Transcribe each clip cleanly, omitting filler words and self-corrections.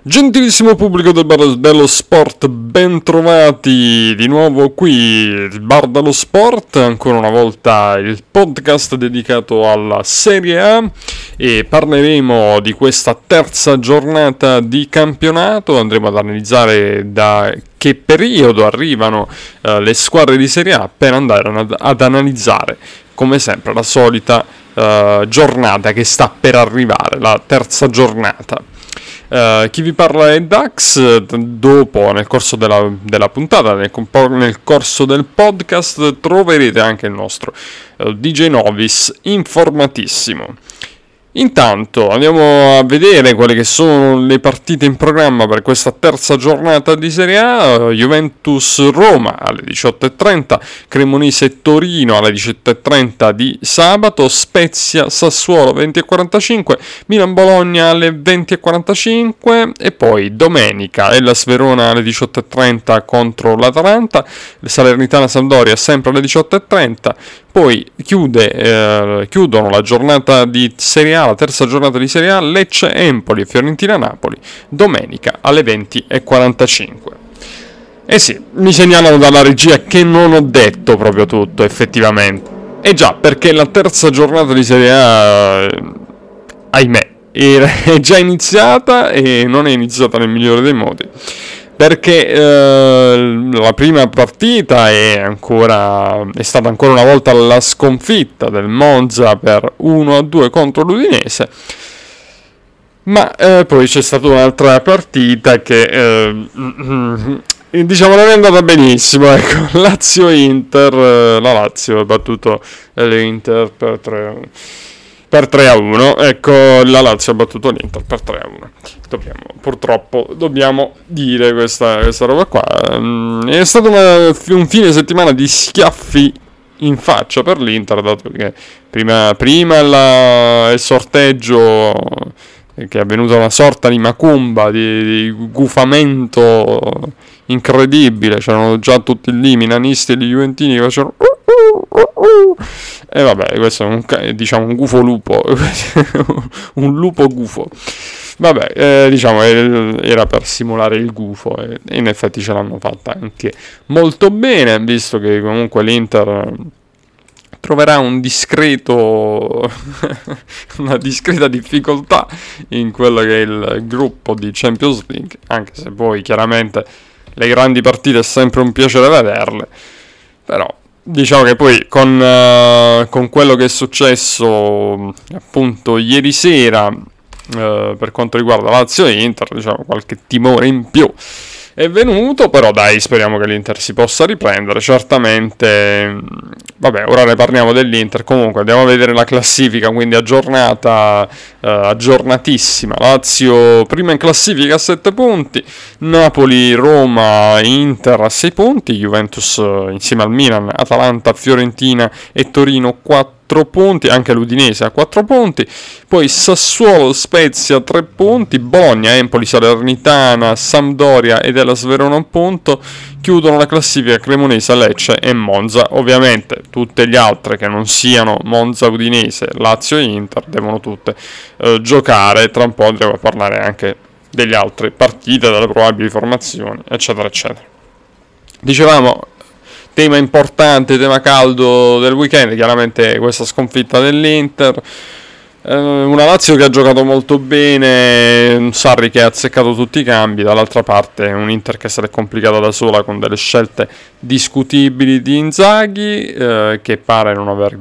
Gentilissimo pubblico del Bar dello Sport, ben trovati di nuovo qui, il Bar dello Sport, ancora una volta il podcast dedicato alla Serie A e parleremo di questa terza giornata di campionato, andremo ad analizzare da che periodo arrivano le squadre di Serie A per andare ad analizzare, come sempre, la solita giornata che sta per arrivare, la terza giornata. Chi vi parla è Dax. Dopo, nel corso della puntata, nel corso del podcast, troverete anche il nostro DJ Novis informatissimo. Intanto andiamo a vedere quelle che sono le partite in programma per questa terza giornata di Serie A. Juventus-Roma alle 18:30, Cremonese-Torino alle 17:30 di sabato, Spezia-Sassuolo 20:45, Milan-Bologna alle 20:45 e poi domenica Hellas Verona alle 18:30 contro l'Atalanta, Salernitana-Sampdoria sempre alle 18:30. Poi chiudono la giornata di Serie A, la terza giornata di Serie A, Lecce-Empoli e Fiorentina-Napoli, domenica alle 20:45. Eh sì, mi segnalano dalla regia che non ho detto proprio tutto, effettivamente. E già, perché la terza giornata di Serie A, ahimè, è già iniziata e non è iniziata nel migliore dei modi. Perché la prima partita è stata ancora una volta la sconfitta del Monza per 1-2 contro l'Udinese, ma poi c'è stata un'altra partita che diciamo non è andata benissimo, ecco. Lazio-Inter, la Lazio ha battuto l'Inter per 3-1, ecco, la Lazio ha battuto l'Inter per 3-1. Purtroppo dobbiamo dire questa roba qua. È stato un fine settimana di schiaffi in faccia per l'Inter, dato che prima il sorteggio, che è avvenuta una sorta di macumba, di gufamento incredibile. C'erano già tutti lì, i milanisti e gli juventini che facevano e vabbè, questo è un gufo lupo un lupo gufo. Vabbè, era per simulare il gufo e in effetti ce l'hanno fatta anche molto bene, visto che comunque l'Inter troverà una discreta difficoltà in quello che è il gruppo di Champions League, anche se poi chiaramente le grandi partite è sempre un piacere vederle, però diciamo che poi con quello che è successo appunto ieri sera per quanto riguarda Lazio e Inter, diciamo qualche timore in più è venuto, però dai, speriamo che l'Inter si possa riprendere. Certamente, vabbè, ora ne parliamo dell'Inter. Comunque andiamo a vedere la classifica, quindi aggiornatissima. Lazio prima in classifica a 7 punti, Napoli, Roma, Inter a 6 punti, Juventus insieme al Milan, Atalanta, Fiorentina e Torino 4 punti, anche l'Udinese a 4 punti, poi Sassuolo, Spezia 3 punti, Bologna, Empoli, Salernitana, Sampdoria ed Hellas Verona 1 punto. Chiudono la classifica Cremonese, Lecce e Monza. Ovviamente tutte le altre che non siano Monza, Udinese, Lazio e Inter devono tutte giocare. Tra un po' andremo a parlare anche delle altre partite, delle probabili formazioni, eccetera eccetera. Dicevamo, tema importante, tema caldo del weekend, chiaramente questa sconfitta dell'Inter, una Lazio che ha giocato molto bene, un Sarri che ha azzeccato tutti i cambi, dall'altra parte un Inter che se l'è complicata da sola con delle scelte discutibili di Inzaghi, che pare non aver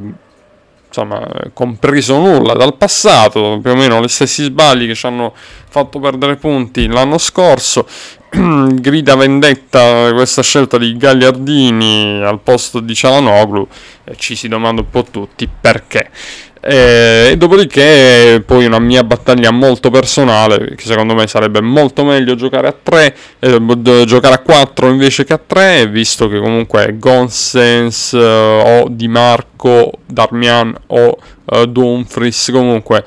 compreso nulla dal passato, più o meno gli stessi sbagli che ci hanno fatto perdere punti l'anno scorso. Grida vendetta questa scelta di Gagliardini al posto di Çalhanoğlu, ci si domanda un po' tutti perché. E dopodiché poi una mia battaglia molto personale, che secondo me sarebbe molto meglio giocare a 3, giocare a 4 invece che a 3, visto che comunque Gosens o Di Marco, Darmian o Dumfries comunque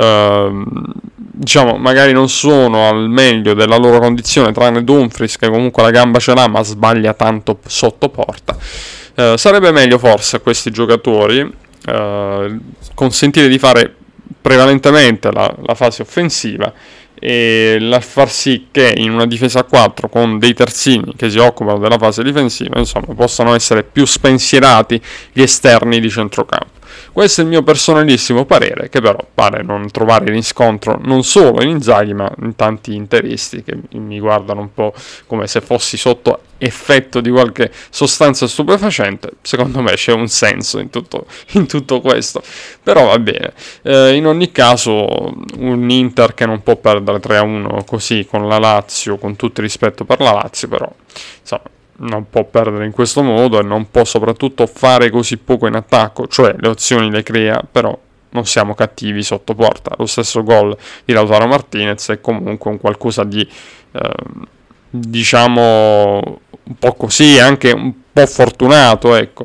diciamo magari non sono al meglio della loro condizione, tranne Dumfries che comunque la gamba ce l'ha ma sbaglia tanto sotto porta. Sarebbe meglio forse a questi giocatori consentire di fare prevalentemente la fase offensiva e far sì che in una difesa a 4 con dei terzini che si occupano della fase difensiva, insomma, possano essere più spensierati gli esterni di centrocampo. Questo è il mio personalissimo parere, che però pare non trovare riscontro non solo in Inzaghi ma in tanti interisti che mi guardano un po' come se fossi sotto effetto di qualche sostanza stupefacente. Secondo me c'è un senso in tutto questo, però va bene. In ogni caso un Inter che non può perdere 3-1 così con la Lazio, con tutto il rispetto per la Lazio, però insomma non può perdere in questo modo e non può soprattutto fare così poco in attacco, cioè le opzioni le crea, però non siamo cattivi sotto porta. Lo stesso gol di Lautaro Martinez è comunque un qualcosa di diciamo un po' così, anche un po' fortunato, ecco.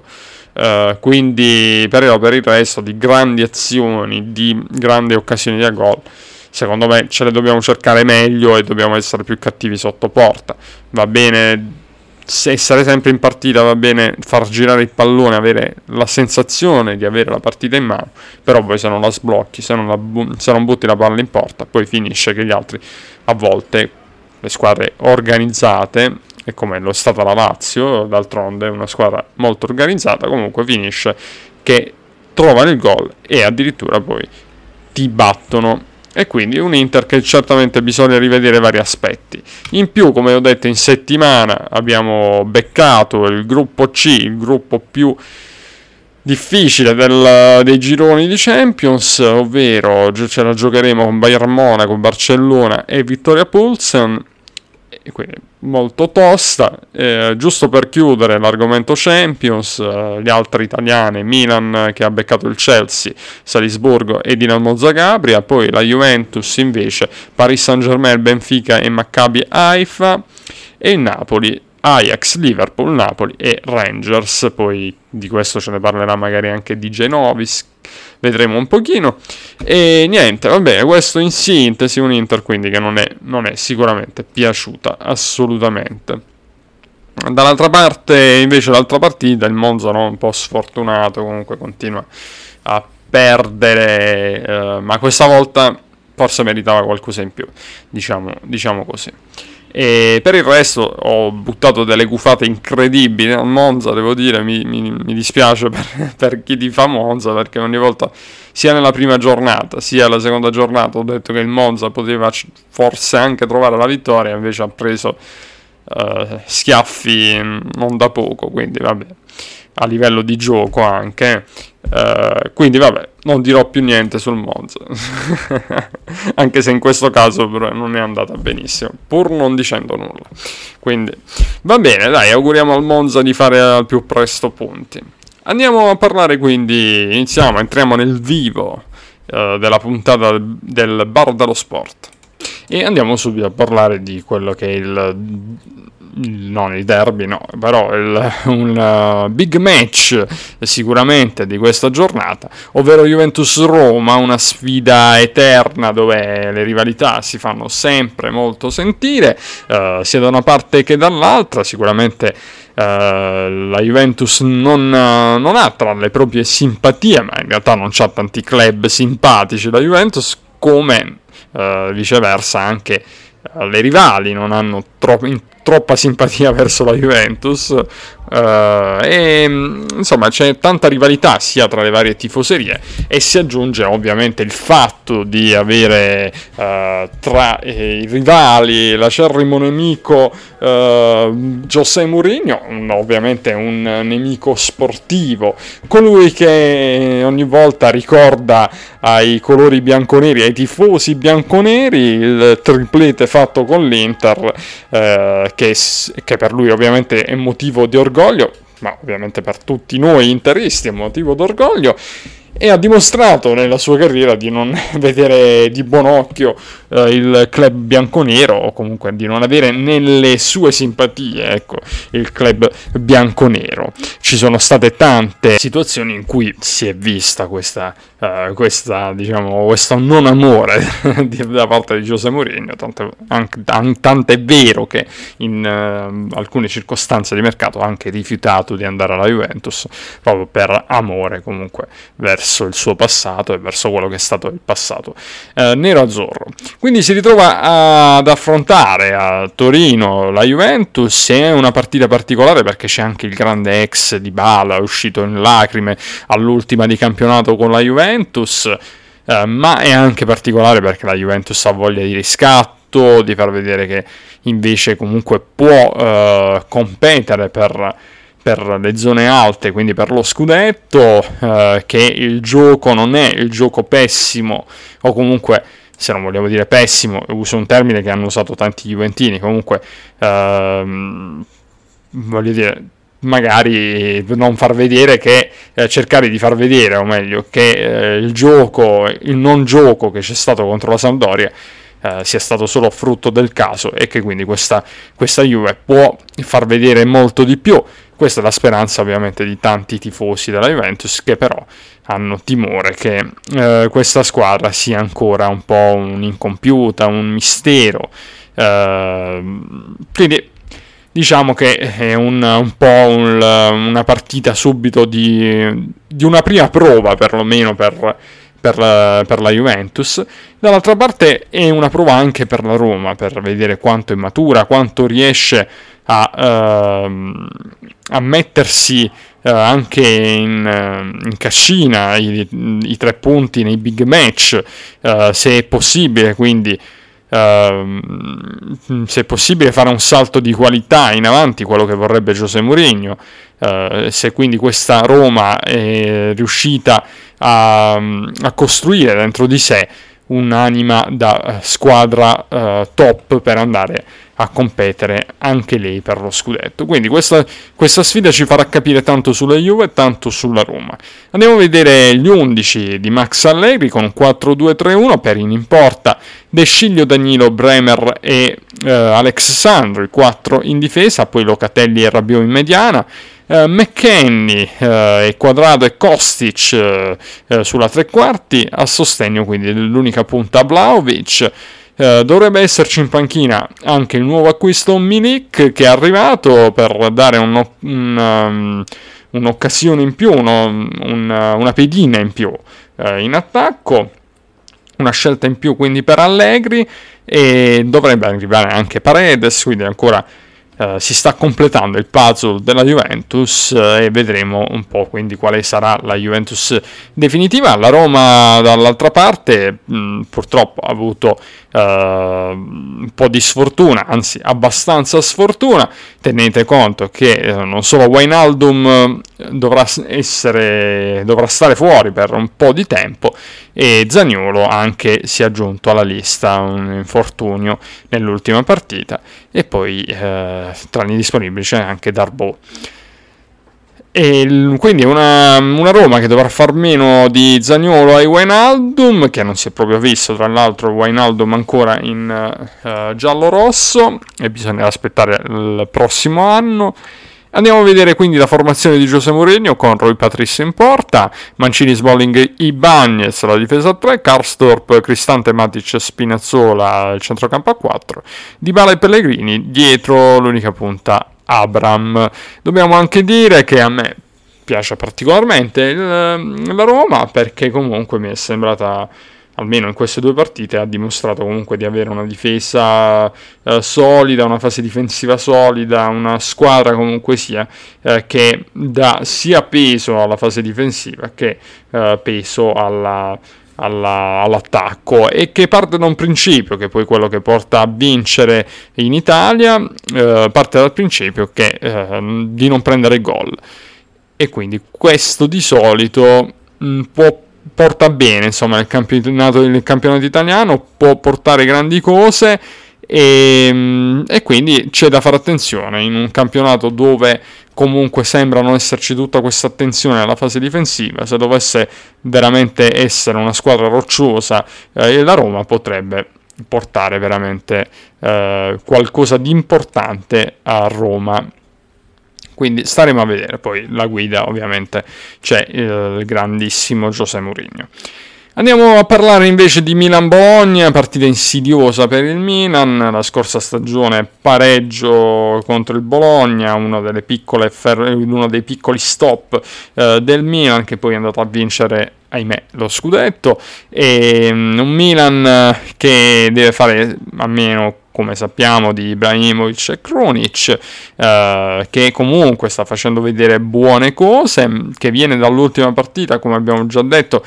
Quindi però per il resto di grandi azioni, di grandi occasioni da gol, secondo me ce le dobbiamo cercare meglio e dobbiamo essere più cattivi sotto porta. Va bene essere sempre in partita, va bene far girare il pallone, avere la sensazione di avere la partita in mano, però poi se non la sblocchi, se non butti la palla in porta, poi finisce che gli altri, a volte le squadre organizzate, e come lo è stata la Lazio, d'altronde è una squadra molto organizzata, comunque finisce che trovano il gol e addirittura poi ti battono. E quindi un Inter che certamente bisogna rivedere vari aspetti. In più, come ho detto, in settimana abbiamo beccato il gruppo C, il gruppo più difficile dei gironi di Champions, ovvero ce la giocheremo con Bayern Monaco, Barcellona e Viktoria Plzen, e quindi molto tosta. Giusto per chiudere l'argomento Champions, gli altri italiani: Milan che ha beccato il Chelsea, Salisburgo e Dinamo Zagabria, poi la Juventus invece, Paris Saint-Germain, Benfica e Maccabi Haifa, e il Napoli, Ajax, Liverpool, Napoli e Rangers. Poi di questo ce ne parlerà magari anche DJ Novis, vedremo un pochino. E niente, va bene, questo in sintesi un Inter quindi che non è sicuramente piaciuta assolutamente. Dall'altra parte invece l'altra partita, il Monza, no? Un po' sfortunato, comunque continua a perdere, ma questa volta forse meritava qualcosa in più, diciamo così. E per il resto ho buttato delle gufate incredibili al Monza, devo dire, mi dispiace per chi tifa Monza, perché ogni volta, sia nella prima giornata sia alla seconda giornata, ho detto che il Monza poteva forse anche trovare la vittoria, invece ha preso schiaffi non da poco, quindi vabbè, a livello di gioco anche. Quindi vabbè, non dirò più niente sul Monza anche se in questo caso però non è andata benissimo, pur non dicendo nulla. Quindi va bene, dai, auguriamo al Monza di fare al più presto punti. Andiamo a parlare, quindi entriamo nel vivo della puntata del Bar dello Sport e andiamo subito a parlare di quello che è non il derby, no, però un big match sicuramente di questa giornata, ovvero Juventus-Roma, una sfida eterna dove le rivalità si fanno sempre molto sentire, sia da una parte che dall'altra. Sicuramente la Juventus non ha tra le proprie simpatie, ma in realtà non c'ha tanti club simpatici la Juventus, come viceversa anche le rivali non hanno troppa simpatia verso la Juventus, e insomma c'è tanta rivalità sia tra le varie tifoserie, e si aggiunge ovviamente il fatto di avere tra i rivali l'acerrimo nemico José Mourinho, ovviamente un nemico sportivo, colui che ogni volta ricorda ai colori bianconeri, ai tifosi bianconeri, il triplete fatto con l'Inter, che per lui ovviamente è motivo di orgoglio, ma ovviamente per tutti noi interisti è motivo d'orgoglio, e ha dimostrato nella sua carriera di non vedere di buon occhio il club bianconero, o comunque di non avere nelle sue simpatie, ecco, il club bianconero. Ci sono state tante situazioni in cui si è vista questo non amore da parte di José Mourinho, tanto è vero che in alcune circostanze di mercato ha anche rifiutato di andare alla Juventus proprio per amore comunque verso verso il suo passato e verso quello che è stato il passato nero-azzurro. Quindi si ritrova ad affrontare a Torino la Juventus. È una partita particolare perché c'è anche il grande ex Dybala, uscito in lacrime all'ultima di campionato con la Juventus, ma è anche particolare perché la Juventus ha voglia di riscatto, di far vedere che invece comunque può competere per le zone alte, quindi per lo scudetto, che il gioco non è il gioco pessimo, o comunque, se non vogliamo dire pessimo, uso un termine che hanno usato tanti juventini, comunque voglio dire, magari non far vedere che cercare di far vedere, o meglio, che il gioco, il non gioco che c'è stato contro la Sampdoria sia stato solo frutto del caso, e che quindi questa Juve può far vedere molto di più. Questa è la speranza ovviamente di tanti tifosi della Juventus, che però hanno timore che questa squadra sia ancora un po' un'incompiuta, un mistero, quindi diciamo che è un po' una partita subito di una prima prova, perlomeno per la Juventus. Dall'altra parte è una prova anche per la Roma, per vedere quanto è matura, quanto riesce a mettersi anche in cascina i 3 punti nei big match, se è possibile, quindi se è possibile fare un salto di qualità in avanti, quello che vorrebbe José Mourinho, se quindi questa Roma è riuscita a costruire dentro di sé un'anima da squadra top per andare a competere anche lei per lo scudetto. Quindi questa sfida ci farà capire tanto sulla Juve e tanto sulla Roma. Andiamo a vedere gli 11 di Max Allegri con 4-2-3-1, Perin in porta, De Sciglio, Danilo, Bremer e Alex Sandro, i 4 in difesa, poi Locatelli e Rabiot in mediana, McKennie, Quadrado e Kostic sulla tre quarti, a sostegno quindi l'unica punta Vlahovic. Dovrebbe esserci in panchina anche il nuovo acquisto Milik, che è arrivato per dare un'occasione in più, una pedina in più in attacco, una scelta in più quindi per Allegri, e dovrebbe arrivare anche Paredes, quindi ancora si sta completando il puzzle della Juventus, e vedremo un po' quindi quale sarà la Juventus definitiva. La Roma dall'altra parte purtroppo ha avuto un po' di sfortuna, anzi abbastanza sfortuna. Tenete conto che non solo Wijnaldum dovrà stare fuori per un po' di tempo, e Zaniolo anche si è aggiunto alla lista, un infortunio nell'ultima partita, e poi tra gli disponibili c'è anche Darboe. E quindi una Roma che dovrà far meno di Zaniolo e Wijnaldum, che non si è proprio visto, tra l'altro Wijnaldum ancora in giallo-rosso, e bisogna aspettare il prossimo anno. Andiamo a vedere quindi la formazione di José Mourinho con Rui Patricio in porta, Mancini, Smalling, Ibañez la difesa a 3, Karsdorp, Cristante, Matic, Spinazzola il centrocampo a 4, Dybala e Pellegrini dietro l'unica punta Abraham. Dobbiamo anche dire che a me piace particolarmente la Roma, perché comunque mi è sembrata, almeno in queste 2 partite, ha dimostrato comunque di avere una difesa solida, una fase difensiva solida, una squadra comunque sia che dà sia peso alla fase difensiva che peso all'attacco, e che parte da un principio, che poi quello che porta a vincere in Italia, parte dal principio che di non prendere gol, e quindi questo di solito porta bene, insomma, il campionato italiano può portare grandi cose, e quindi c'è da fare attenzione in un campionato dove comunque sembra non esserci tutta questa attenzione alla fase difensiva. Se dovesse veramente essere una squadra rocciosa, la Roma potrebbe portare veramente qualcosa di importante a Roma. Quindi staremo a vedere. Poi la guida ovviamente c'è il grandissimo José Mourinho. Andiamo a parlare invece di Milan-Bologna, partita insidiosa per il Milan. La scorsa stagione pareggio contro il Bologna, uno dei piccoli stop del Milan, che poi è andato a vincere, ahimè, lo scudetto. E un Milan che deve fare a meno, come sappiamo, di Ibrahimovic e Krunic, che comunque sta facendo vedere buone cose, che viene dall'ultima partita, come abbiamo già detto,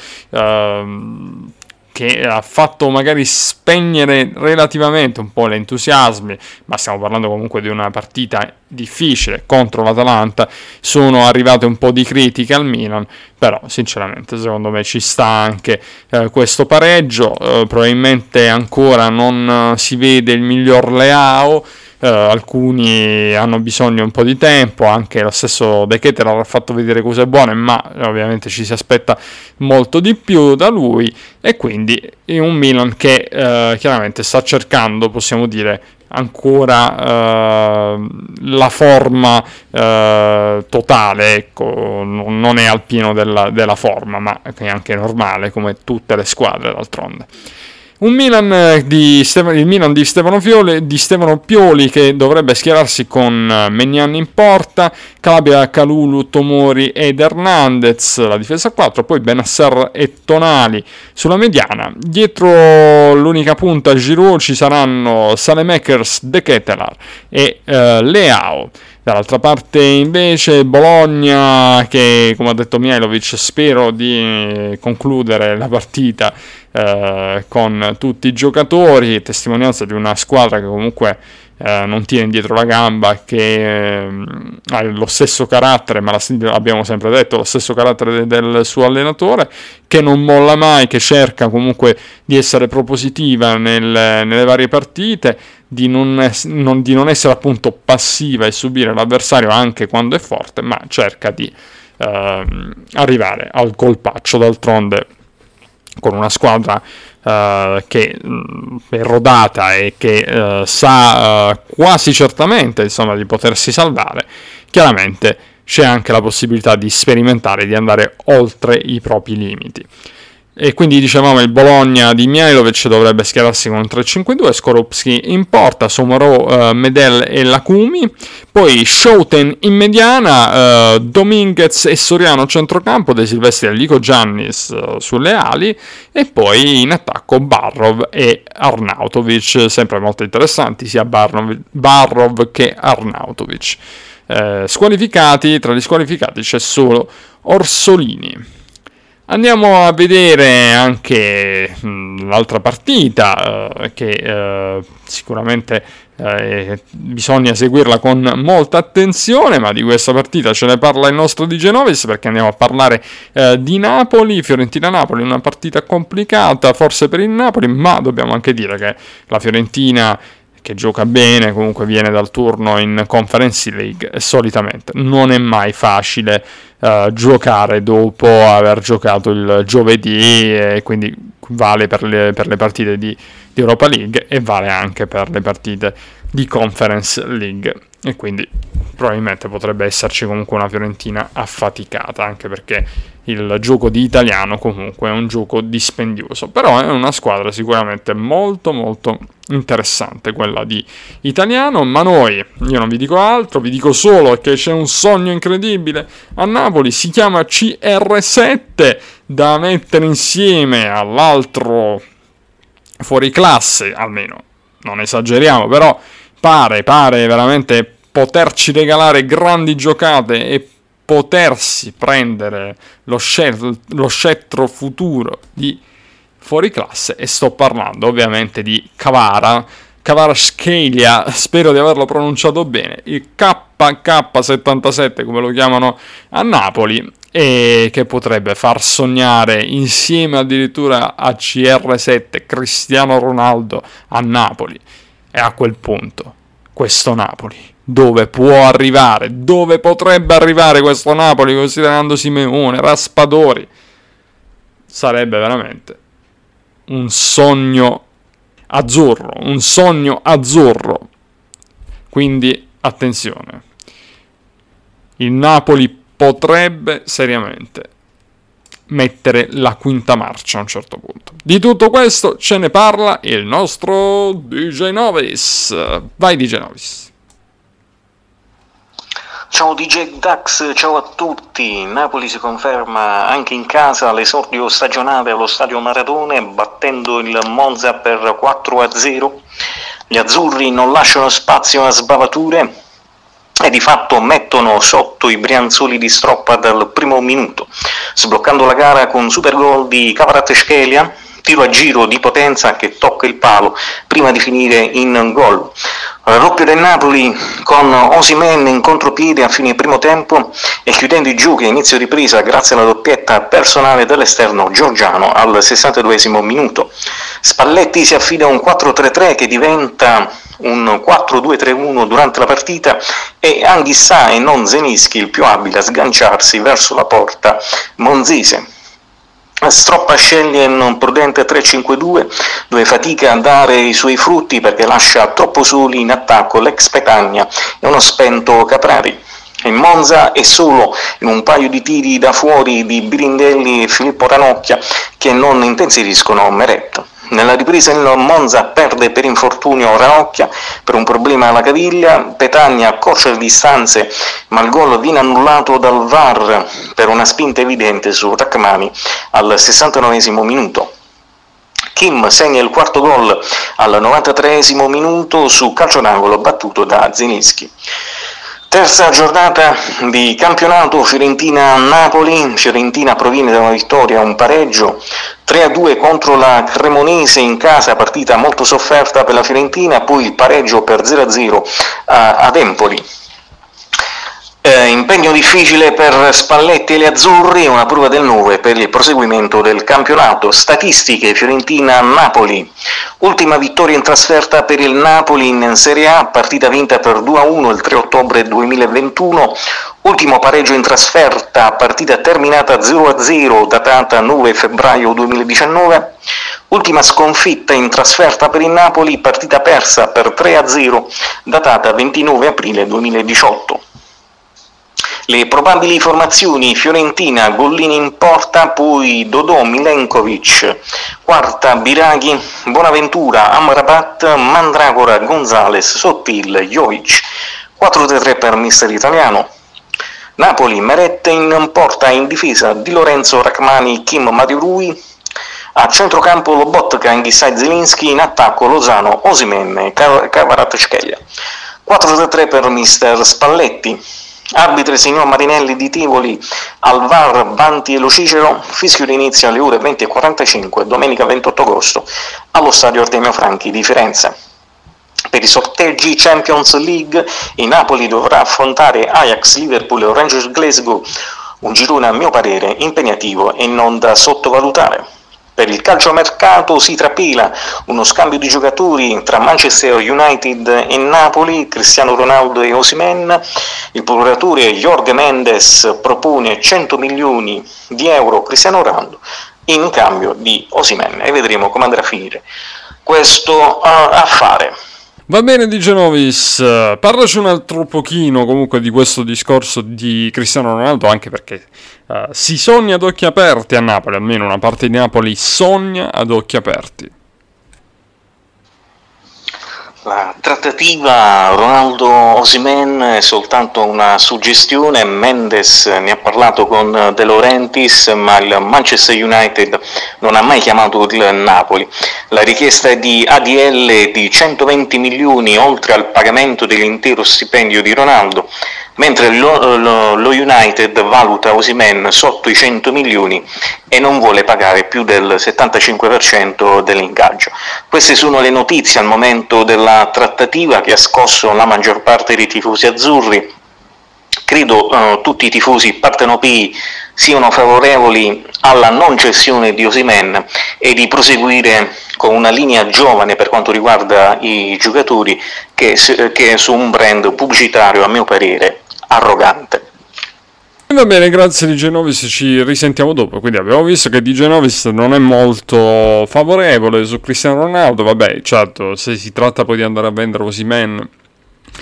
che ha fatto magari spegnere relativamente un po' gli entusiasmi, ma stiamo parlando comunque di una partita difficile contro l'Atalanta. Sono arrivate un po' di critiche al Milan, però sinceramente secondo me ci sta anche questo pareggio. Probabilmente ancora non si vede il miglior Leao. Alcuni hanno bisogno un po' di tempo, anche lo stesso De Ketelaere ha fatto vedere cose buone, ma ovviamente ci si aspetta molto di più da lui, e quindi è un Milan che chiaramente sta cercando, possiamo dire, ancora la forma totale, ecco, non è al pieno della forma, ma è anche normale, come tutte le squadre d'altronde. Il Milan di Stefano Pioli, che dovrebbe schierarsi con Maignan in porta, Calabria, Kalulu, Tomori ed Hernandez, la difesa 4, poi Bennacer e Tonali sulla mediana. Dietro l'unica punta Giroud ci saranno Saelemaekers, De Ketelaere e Leao. Dall'altra parte invece Bologna, che come ha detto Mihajlovic, spero di concludere la partita con tutti i giocatori, testimonianza di una squadra che comunque non tiene dietro la gamba, che ha lo stesso carattere, ma abbiamo sempre detto, lo stesso carattere del suo allenatore, che non molla mai, che cerca comunque di essere propositiva nelle varie partite, di non essere appunto passiva e subire l'avversario anche quando è forte, ma cerca di arrivare al colpaccio. D'altronde, con una squadra che è rodata e che sa quasi certamente, insomma, di potersi salvare, chiaramente c'è anche la possibilità di sperimentare, di andare oltre i propri limiti. E quindi dicevamo il Bologna di Mihajlovic dovrebbe schierarsi con un 3-5-2, Skorupski in porta, Somorò, Medel e Lacumi, poi Schouten in mediana, Dominguez e Soriano a centrocampo, De Silvestri e Lico Giannis sulle ali, e poi in attacco Barrov e Arnautovic, sempre molto interessanti sia Barrov che Arnautovic. Squalificati, tra gli squalificati c'è solo Orsolini. Andiamo a vedere anche l'altra partita che sicuramente bisogna seguirla con molta attenzione, ma di questa partita ce ne parla il nostro di Genovis, perché andiamo a parlare di Napoli, Fiorentina-Napoli, una partita complicata forse per il Napoli, ma dobbiamo anche dire che la Fiorentina, che gioca bene, comunque viene dal turno in Conference League, e solitamente non è mai facile giocare dopo aver giocato il giovedì, e quindi vale per le partite di Europa League e vale anche per le partite di Conference League, e quindi probabilmente potrebbe esserci comunque una Fiorentina affaticata, anche perché il gioco di Italiano comunque è un gioco dispendioso, però è una squadra sicuramente molto molto interessante quella di Italiano. Ma io non vi dico altro, vi dico solo che c'è un sogno incredibile a Napoli, si chiama CR7, da mettere insieme all'altro fuoriclasse, almeno non esageriamo, però pare veramente poterci regalare grandi giocate e potersi prendere lo scettro futuro di fuoriclasse, e sto parlando ovviamente di Kvaratskhelia, spero di averlo pronunciato bene, il KK77 come lo chiamano a Napoli, e che potrebbe far sognare insieme addirittura a CR7 Cristiano Ronaldo a Napoli. E a quel punto questo Napoli dove può arrivare, dove potrebbe arrivare questo Napoli, considerando Simeone, Raspadori, sarebbe veramente un sogno azzurro, quindi attenzione, il Napoli potrebbe seriamente mettere la quinta marcia a un certo punto. Di tutto questo ce ne parla il nostro DJ Novis. Vai DJ Novis. Ciao DJ Dax, ciao a tutti. Napoli si conferma anche in casa l'esordio stagionale allo stadio Maradona, battendo il Monza per 4-0. Gli azzurri non lasciano spazio a sbavature e di fatto mettono sotto i brianzoli di Stroppa dal primo minuto, sbloccando la gara con super gol di Kvaratskhelia, tiro a giro di potenza che tocca il palo prima di finire in gol. Raddoppio del Napoli con Osimhen in contropiede a fine primo tempo e chiudendo i giochi a inizio ripresa grazie alla doppietta personale dell'esterno georgiano al 62esimo minuto. Spalletti si affida a un 4-3-3 che diventa un 4-2-3-1 durante la partita e Anghissà e non Zenischi il più abile a sganciarsi verso la porta monzese. Stroppa sceglie un prudente 3-5-2 dove fatica a dare i suoi frutti perché lascia troppo soli in attacco l'ex Petagna e uno spento Caprari. Il Monza è solo in un paio di tiri da fuori di Birindelli e Filippo Ranocchia che non impensieriscono Meret. Nella ripresa il Monza perde per infortunio Ranocchia per un problema alla caviglia, Petagna accorcia le distanze ma il gol viene annullato dal VAR per una spinta evidente su Rachmani al 69esimo minuto. Kim segna il quarto gol al 93esimo minuto su calcio d'angolo battuto da Zelinski. Terza giornata di campionato, Fiorentina-Napoli. Fiorentina proviene da una vittoria, un pareggio 3-2 contro la Cremonese in casa, partita molto sofferta per la Fiorentina, poi il pareggio per 0-0 ad Empoli. Impegno difficile per Spalletti e gli azzurri, una prova del 9 per il proseguimento del campionato. Statistiche: Fiorentina-Napoli, ultima vittoria in trasferta per il Napoli in Serie A, partita vinta per 2-1 il 3 ottobre 2021, ultimo pareggio in trasferta, partita terminata 0-0 datata 9 febbraio 2019, ultima sconfitta in trasferta per il Napoli, partita persa per 3-0 datata 29 aprile 2018. Le probabili formazioni: Fiorentina, Gollini in porta, poi Dodò, Milenkovic, quarta Biraghi, Bonaventura, Amrabat, Mandragora, Gonzales, Sottil, Jovic, 4-3 per mister italiano. Napoli, Meret in porta, in difesa Di Lorenzo, Rachmani, Kim, Mario Rui, a centrocampo Lobotka, Anghissà e Zelinski, in attacco Lozano, Osimhen e Kvaratskhelia. 4-3 per mister Spalletti. Arbitri signor Marinelli di Tivoli, al VAR Banti e Lo Cicero, fischio d'inizio alle ore 20:45, domenica 28 agosto, allo stadio Artemio Franchi di Firenze. Per i sorteggi Champions League, il Napoli dovrà affrontare Ajax, Liverpool e Rangers Glasgow, un girone a mio parere impegnativo e non da sottovalutare. Per il calciomercato si trapela uno scambio di giocatori tra Manchester United e Napoli, Cristiano Ronaldo e Osimhen. Il procuratore Jorge Mendes propone 100 milioni di euro Cristiano Ronaldo in cambio di Osimhen e vedremo come andrà a finire questo affare. Va bene DJ Novis, parlaci un altro pochino comunque di questo discorso di Cristiano Ronaldo, anche perché si sogna ad occhi aperti a Napoli, almeno una parte di Napoli sogna ad occhi aperti. La trattativa Ronaldo-Osimhen è soltanto una suggestione, Mendes ne ha parlato con De Laurentiis, ma il Manchester United non ha mai chiamato il Napoli. La richiesta è di ADL di 120 milioni oltre al pagamento dell'intero stipendio di Ronaldo, mentre lo United valuta Osimhen sotto i 100 milioni e non vuole pagare più del 75% dell'ingaggio. Queste sono le notizie al momento della trattativa che ha scosso la maggior parte dei tifosi azzurri. Credo tutti i tifosi partenopei siano favorevoli alla non cessione di Osimhen e di proseguire con una linea giovane per quanto riguarda i giocatori che è su un brand pubblicitario a mio parere arrogante. Va bene, grazie DJ Novis, ci risentiamo dopo. Quindi abbiamo visto che DJ Novis non è molto favorevole su Cristiano Ronaldo. Vabbè, certo, se si tratta poi di andare a vendere Osimhen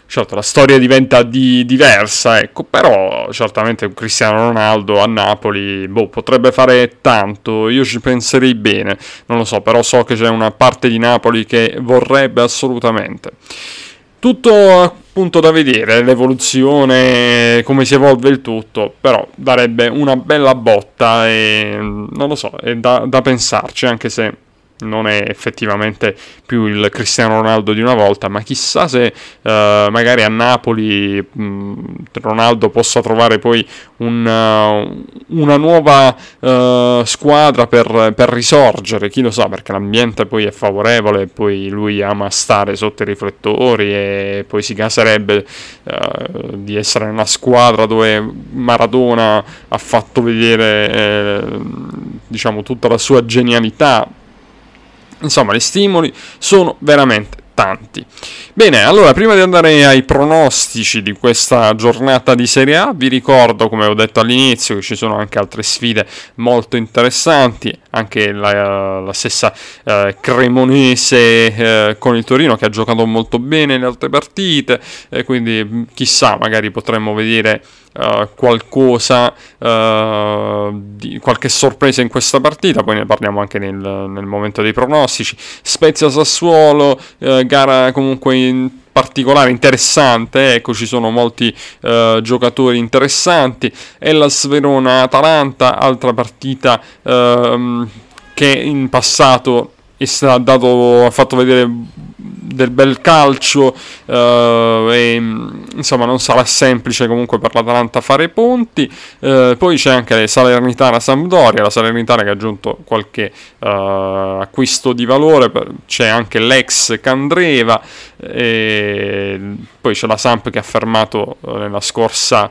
Certo, la storia diventa diversa, ecco, però certamente un Cristiano Ronaldo a Napoli, potrebbe fare tanto, io ci penserei bene, non lo so, però so che c'è una parte di Napoli che vorrebbe assolutamente. Tutto appunto da vedere, l'evoluzione, come si evolve il tutto, però darebbe una bella botta e non lo so, è da pensarci, anche se non è effettivamente più il Cristiano Ronaldo di una volta, ma chissà se magari a Napoli Ronaldo possa trovare poi una nuova squadra per risorgere, chi lo sa, perché l'ambiente poi è favorevole, poi lui ama stare sotto i riflettori e poi si caserebbe di essere nella squadra dove Maradona ha fatto vedere diciamo tutta la sua genialità. Insomma, gli stimoli sono veramente tanti. Bene, allora prima di andare ai pronostici di questa giornata di Serie A, vi ricordo, come ho detto all'inizio, che ci sono anche altre sfide molto interessanti, anche la stessa Cremonese con il Torino che ha giocato molto bene le altre partite, quindi chissà, magari potremmo vedere qualcosa di qualche sorpresa in questa partita, poi ne parliamo anche nel momento dei pronostici. Spezia Sassuolo, gara comunque in particolare interessante, ecco, ci sono molti giocatori interessanti. Hellas Verona Atalanta, altra partita che in passato ha fatto vedere del bel calcio e insomma non sarà semplice comunque per l'Atalanta fare punti. Poi c'è anche Salernitana Sampdoria, la Salernitana che ha aggiunto qualche acquisto di valore, c'è anche l'ex Candreva, e poi c'è la Samp che ha fermato nella scorsa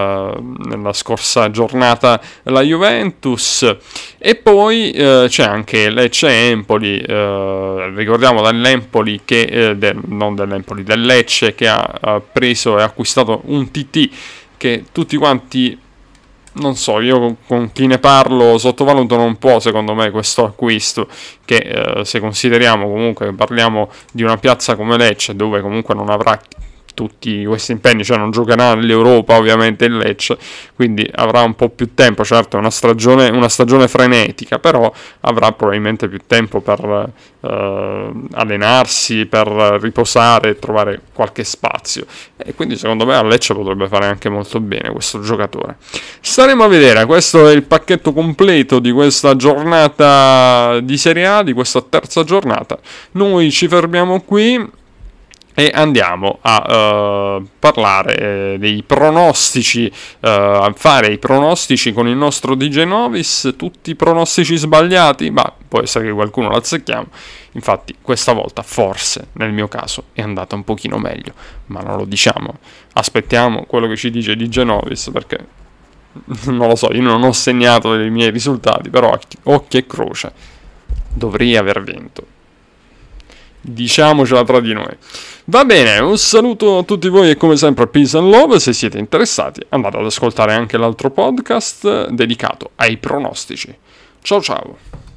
giornata la Juventus, e poi c'è anche Lecce-Empoli, ricordiamo dell'Empoli che non dell'Empoli, del Lecce che ha preso e acquistato un TT che tutti quanti, non so, io con chi ne parlo sottovalutano un po' secondo me questo acquisto, che se consideriamo comunque, parliamo di una piazza come Lecce dove comunque non avrà tutti questi impegni, cioè non giocherà nell'Europa ovviamente il Lecce, quindi avrà un po' più tempo, certo è una stagione frenetica, però avrà probabilmente più tempo per allenarsi, per riposare, trovare qualche spazio, e quindi secondo me a Lecce potrebbe fare anche molto bene questo giocatore. Staremo a vedere, questo è il pacchetto completo di questa giornata di Serie A, di questa terza giornata. Noi ci fermiamo qui e andiamo a parlare dei pronostici, a fare i pronostici con il nostro DJ Novis, tutti i pronostici sbagliati, ma può essere che qualcuno lo azzecchiamo. Infatti questa volta forse, nel mio caso, è andata un pochino meglio, ma non lo diciamo, aspettiamo quello che ci dice DJ Novis, perché non lo so, io non ho segnato i miei risultati, però occhio e croce, dovrei aver vinto. Diciamocela tra di noi. Va bene, un saluto a tutti voi e come sempre peace and love. Se siete interessati andate ad ascoltare anche l'altro podcast dedicato ai pronostici. Ciao ciao.